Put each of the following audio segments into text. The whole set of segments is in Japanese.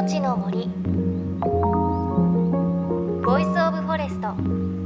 命の森ボイスオブフォレスト。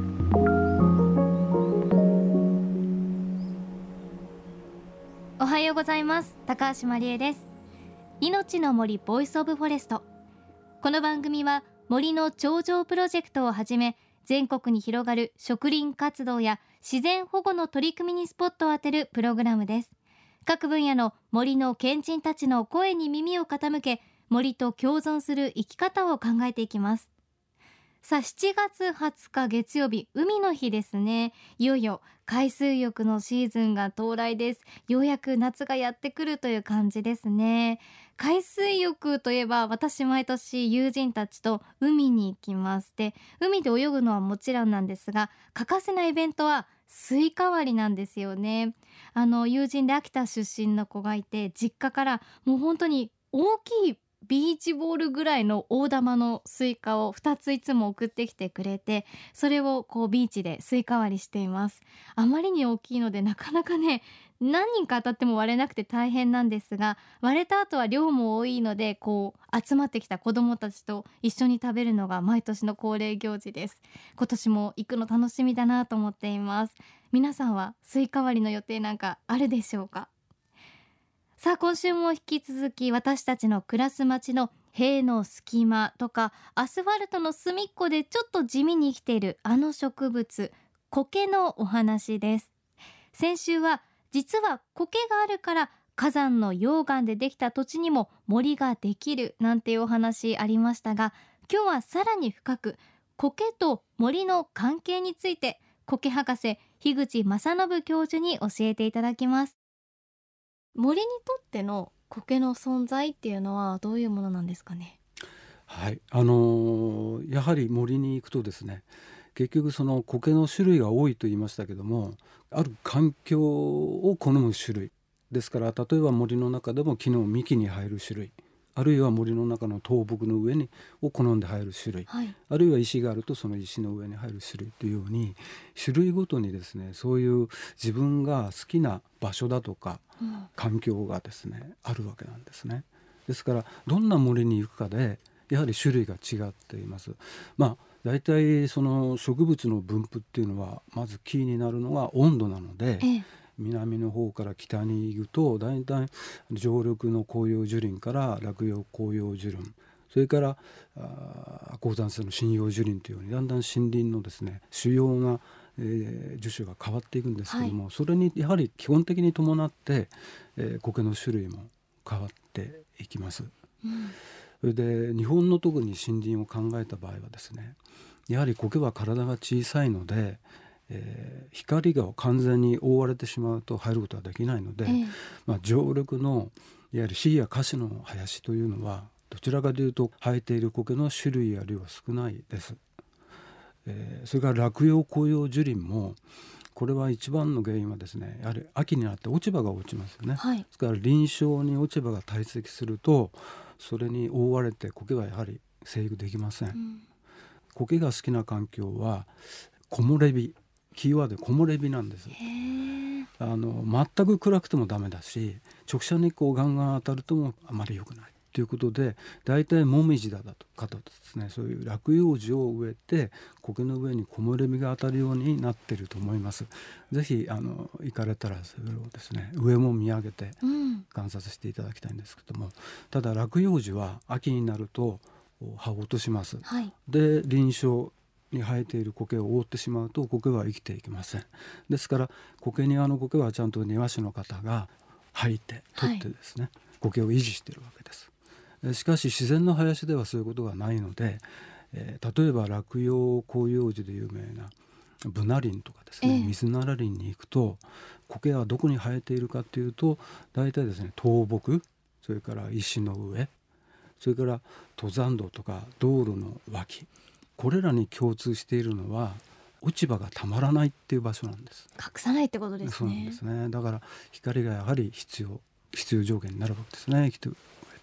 おはようございます。高橋真理恵です。命の森ボイスオブフォレスト。この番組は森の頂上プロジェクトをはじめ、全国に広がる植林活動や自然保護の取り組みにスポットを当てるプログラムです。各分野の森の賢人たちの声に耳を傾け、森と共存する生き方を考えていきます。さあ、7月20日月曜日、海の日ですね。いよいよ海水浴のシーズンが到来です。ようやく夏がやってくるという感じですね。海水浴といえば、私毎年友人たちと海に行きます。で、海で泳ぐのはもちろんなんですが、欠かせないイベントはスイカ割りなんですよね。友人で秋田出身の子がいて、実家からもう本当に大きいビーチボールぐらいの大玉のスイカを2ついつも送ってきてくれて、それをビーチでスイカ割りしています。あまりに大きいのでなかなかね、何人か当たっても割れなくて大変なんですが、割れた後は量も多いので、集まってきた子どもたちと一緒に食べるのが毎年の恒例行事です。今年も行くの楽しみだなと思っています。皆さんはスイカ割りの予定なんかあるでしょうか？さあ、今週も引き続き私たちの暮らす街の塀の隙間とかアスファルトの隅っこでちょっと地味に生きているあの植物、苔のお話です。先週は実は苔があるから火山の溶岩でできた土地にも森ができるなんていうお話ありましたが、今日はさらに深く苔と森の関係について、苔博士樋口正信教授に教えていただきます。森にとっての苔の存在っていうのはどういうものなんですかね？ はい、やはり森に行くとですね、結局その苔の種類が多いと言いましたけども、ある環境を好む種類ですから、例えば森の中でも木の幹に生える種類、あるいは森の中の倒木の上にを好んで生える種類、 はい、 あるいは石があるとその石の上に生える種類というように、種類ごとにですね、そういう自分が好きな場所だとか環境がですね、あるわけなんですね。ですからどんな森に行くかでやはり種類が違っています。大体その植物の分布っていうのは、まずキーになるのが温度なので、南の方から北に行くと大体常緑の広葉樹林から落葉広葉樹林、それから高山性の針葉樹林というように、だんだん森林のですね主要な樹種が変わっていくんですけども、それにやはり基本的に伴って、苔の種類も変わっていきます。それで日本の特に森林を考えた場合はですね、やはり苔は体が小さいので、光が完全に覆われてしまうと入ることはできないので、常緑のいわゆるシギやカシの林というのはどちらかというと生えている苔の種類や量は少ないです。それから落葉広葉樹林も、これは一番の原因はですね、やはり秋になって落ち葉が落ちますよね。ですから林床に落ち葉が堆積すると、それに覆われて苔はやはり生育できません。苔が好きな環境は木漏れ日、キーワードで木漏れ日なんです。全く暗くてもダメだし、直射日光がんがん当たるともあまり良くないということで、大体モミジだとかとですね、そういう落葉樹を植えて苔の上に木漏れ日が当たるようになっていると思います。ぜひ行かれたらそれをですね、上も見上げて観察していただきたいんですけども、ただ落葉樹は秋になると葉を落とします。で、林床に生えている苔を覆ってしまうと苔は生きていきません。ですから苔庭の苔はちゃんと庭師の方が吐いて取ってですね、苔を維持しているわけです。しかし自然の林ではそういうことがないので、例えば落葉広葉樹で有名なブナ林とかですね、ミズナラ林に行くと苔はどこに生えているかというと、大体ですね倒木、それから石の上、それから登山道とか道路の脇、これらに共通しているのは落ち葉がたまらないっていう場所なんです。 隠さないってことですね。 そうなんですね。だから光がやはり必要条件になるわけですね、生きて上で。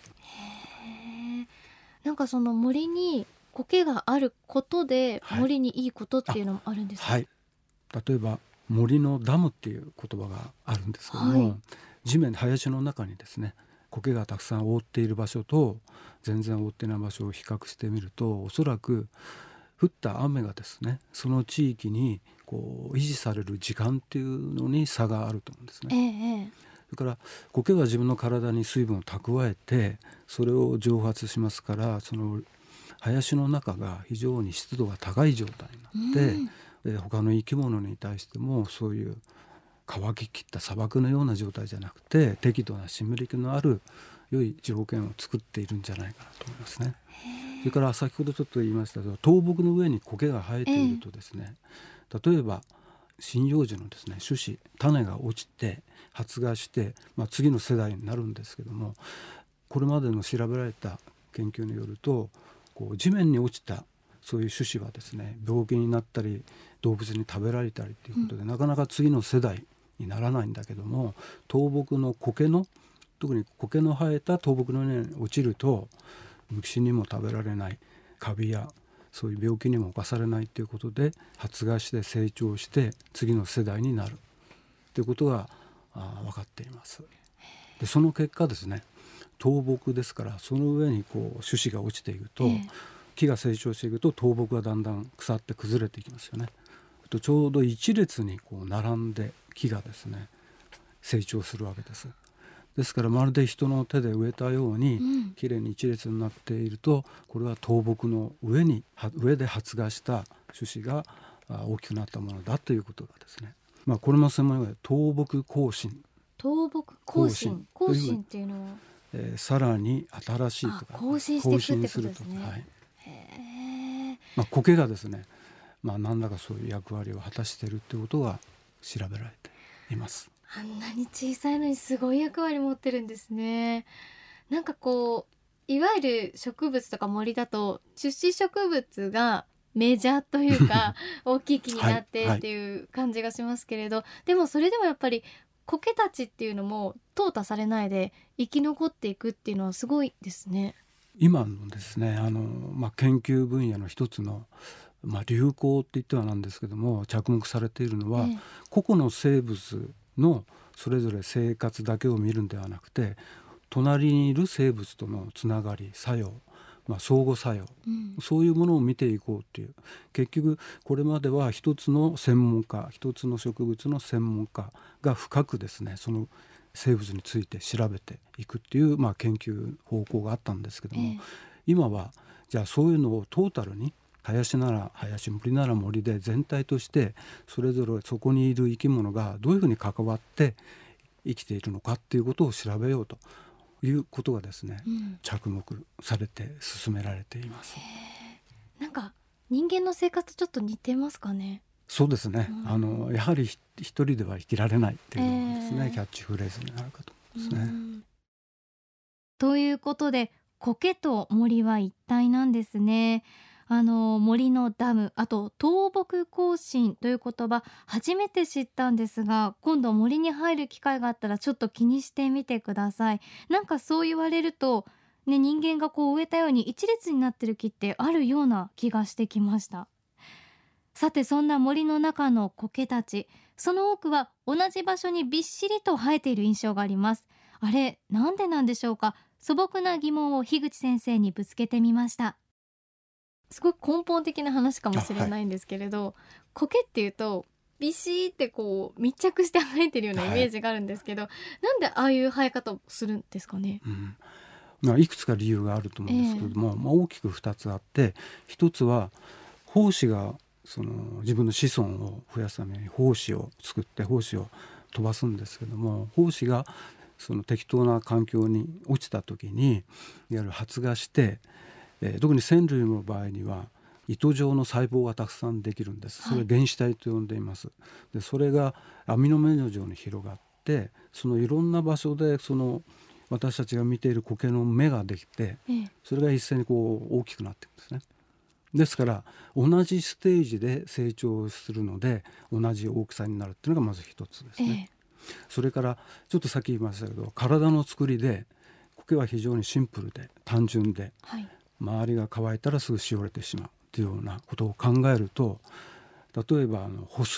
なんかその森に苔があることで、森にいいことっていうのもあるんですか？ 例えば森のダムっていう言葉があるんですけども、地面林の中にですね、 苔がたくさん覆っている場所と全然覆っていない場所を比較してみると、おそらく降った雨がですね、その地域にこう維持される時間っていうのに差があると思うんですね。それから苔は自分の体に水分を蓄えてそれを蒸発しますから、その林の中が非常に湿度が高い状態になって、他の生き物に対してもそういう乾ききった砂漠のような状態じゃなくて、適度な湿り気のある良い条件を作っているんじゃないかなと思いますね。それから先ほどちょっと言いましたけど、倒木の上に苔が生えているとですね、例えば針葉樹のですね種子、種が落ちて発芽して、次の世代になるんですけども、これまでの調べられた研究によると、こう地面に落ちたそういう種子はですね、病気になったり動物に食べられたりということで、なかなか次の世代にならないんだけども、倒木の苔の、特に苔の生えた倒木の上に落ちると虫にも食べられない、カビやそういう病気にも侵されないということで発芽して成長して次の世代になるということが分かっています。でその結果ですね、倒木ですから、その上にこう種子が落ちていくと、木が成長していくと倒木がだんだん腐って崩れていきますよね。ちょうど一列にこう並んで木がですね成長するわけです。ですからまるで人の手で植えたようにきれいに一列になっていると、これは倒木の上で発芽した種子が大きくなったものだということがですね、これも専門用語で倒木更新。 倒木更新っていうのは、 さらに新しいとか更新していくってことですね。 苔がですね、何らかそういう役割を果たしているということが調べられています。 あんなに小さいのにすごい役割持ってるんですね。なんかこういわゆる植物とか森だと種子植物がメジャーというか大きい木になってっていう感じがしますけれど、でもそれでもやっぱり苔たちっていうのも淘汰されないで生き残っていくっていうのはすごいですね。 今のですね研究分野の一つの、流行って言ってはなんですけども、着目されているのは、個々の生物のそれぞれ生活だけを見るんではなくて、隣にいる生物とのつながり、作用、相互作用、そういうものを見ていこうという、結局これまでは一つの専門家、一つの植物の専門家が深くですねその生物について調べていくっていう、研究方向があったんですけども、今はじゃあそういうのをトータルに、林なら林、森なら森で全体としてそれぞれそこにいる生き物がどういうふうに関わって生きているのかっていうことを調べようということがですね、着目されて進められています。 なんか人間の生活とちょっと似てますかね。 そうですね、やはり一人では生きられないっていうのがですね、キャッチフレーズになるかと思いますね。 ということで苔と森は一体なんですね。森のダム、あと倒木更新という言葉初めて知ったんですが、今度森に入る機会があったらちょっと気にしてみてください。なんかそう言われると、人間がこう植えたように一列になってる木ってあるような気がしてきました。さてそんな森の中の苔たち、その多くは同じ場所にびっしりと生えている印象があります。あれなんでなんでしょうか。素朴な疑問を樋口先生にぶつけてみました。すごく根本的な話かもしれないんですけれど、苔っていうとビシーってこう密着して生えてるようなイメージがあるんですけど、なんでああいう生え方をするんですかね。 いくつか理由があると思うんですけれども、大きく2つあって、1つは胞子がその自分の子孫を増やすために胞子を作って胞子を飛ばすんですけども、胞子がその適当な環境に落ちた時にいわゆる発芽して、特に線類の場合には糸状の細胞がたくさんできるんです。それを原子体と呼んでいます。でそれが網の目の状に広がって、そのいろんな場所でその私たちが見ている苔の芽ができて、それが一斉にこう大きくなっていくんですね。ですから同じステージで成長するので同じ大きさになるっていうのがまず一つですね。それからちょっとさっき言いましたけど、体の作りで苔は非常にシンプルで単純で、周りが乾いたらすぐしおれてしまうというようなことを考えると、例えば保水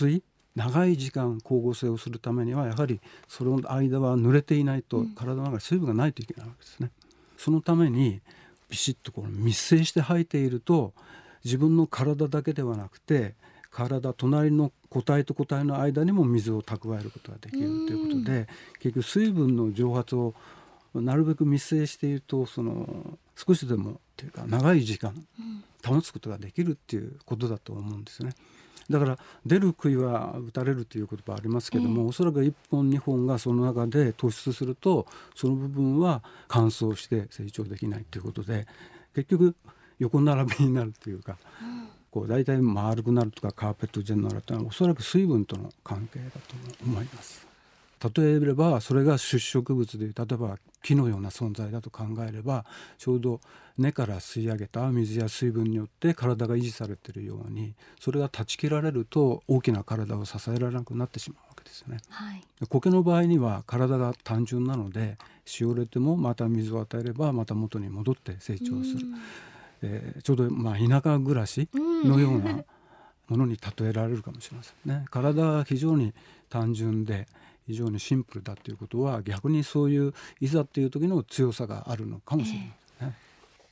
長い時間光合成をするためにはやはりその間は濡れていないと、体の中に水分がないといけないわけですね。そのためにビシッとこう密生して生えていると、自分の体だけではなくて隣の個体と個体の間にも水を蓄えることができるということで、結局水分の蒸発をなるべく密生していると少しでもというか長い時間保つことができるっていうことだと思うんですね。だから出る杭は打たれるという言葉ありますけども、おそらく1本2本がその中で突出するとその部分は乾燥して成長できないということで、結局横並びになるというか、こう大体丸くなるとかカーペット状になるというのはおそらく水分との関係だと思います。例えればそれが主植物で例えば木のような存在だと考えれば、ちょうど根から吸い上げた水や水分によって体が維持されているように、それが断ち切られると大きな体を支えられなくなってしまうわけですよね。苔の場合には体が単純なので、しおれてもまた水を与えればまた元に戻って成長する、ちょうど田舎暮らしのようなものに例えられるかもしれませんね。体は非常に単純で非常にシンプルだということは、逆にそういういざという時の強さがあるのかもしれないですね。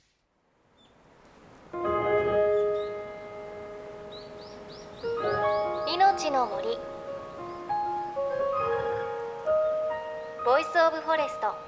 命の森ボイスオブフォレスト。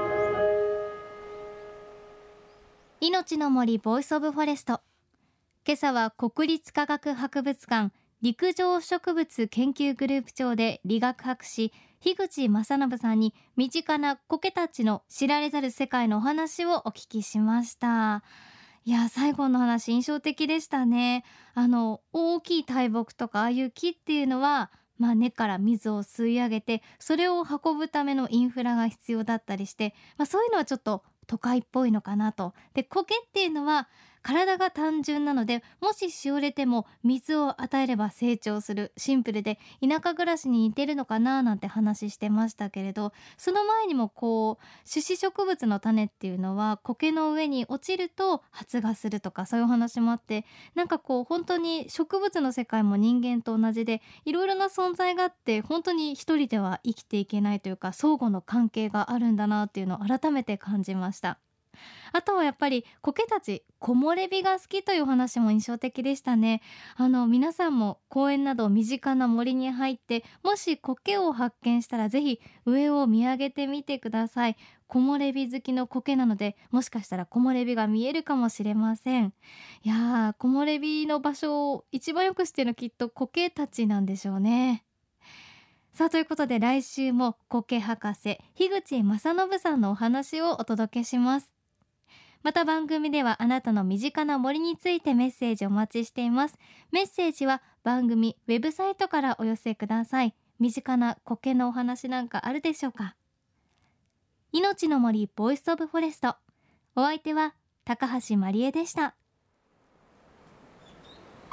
命の森ボイスオブフォレスト。今朝は国立科学博物館陸上植物研究グループ長で理学博士樋口正信さんに身近な苔たちの知られざる世界のお話をお聞きしました。いや、最後の話印象的でしたね。大きい大木とかああいう木っていうのは、根から水を吸い上げてそれを運ぶためのインフラが必要だったりして、そういうのはちょっと都会っぽいのかなと。で、苔っていうのは体が単純なので、もししおれても水を与えれば成長する、シンプルで田舎暮らしに似てるのかななんて話してましたけれど、その前にも種子植物の種っていうのは苔の上に落ちると発芽するとか、そういう話もあって、本当に植物の世界も人間と同じでいろいろな存在があって、本当に一人では生きていけないというか、相互の関係があるんだなっていうのを改めて感じました。あとはやっぱり苔たち木漏れ日が好きという話も印象的でしたね。皆さんも公園など身近な森に入って、もし苔を発見したらぜひ上を見上げてみてください。木漏れ日好きの苔なので、もしかしたら木漏れ日が見えるかもしれません。いやー、木漏れ日の場所を一番よく知ってるのきっと苔たちなんでしょうね。さあ、ということで来週も苔博士樋口正信さんのお話をお届けします。また番組ではあなたの身近な森についてメッセージお待ちしています。メッセージは番組ウェブサイトからお寄せください。身近な苔のお話なんかあるでしょうか。命の森ボイスオブフォレスト。お相手は高橋まりえでした。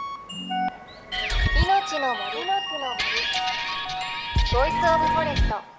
命の森ボイスオブフォレスト。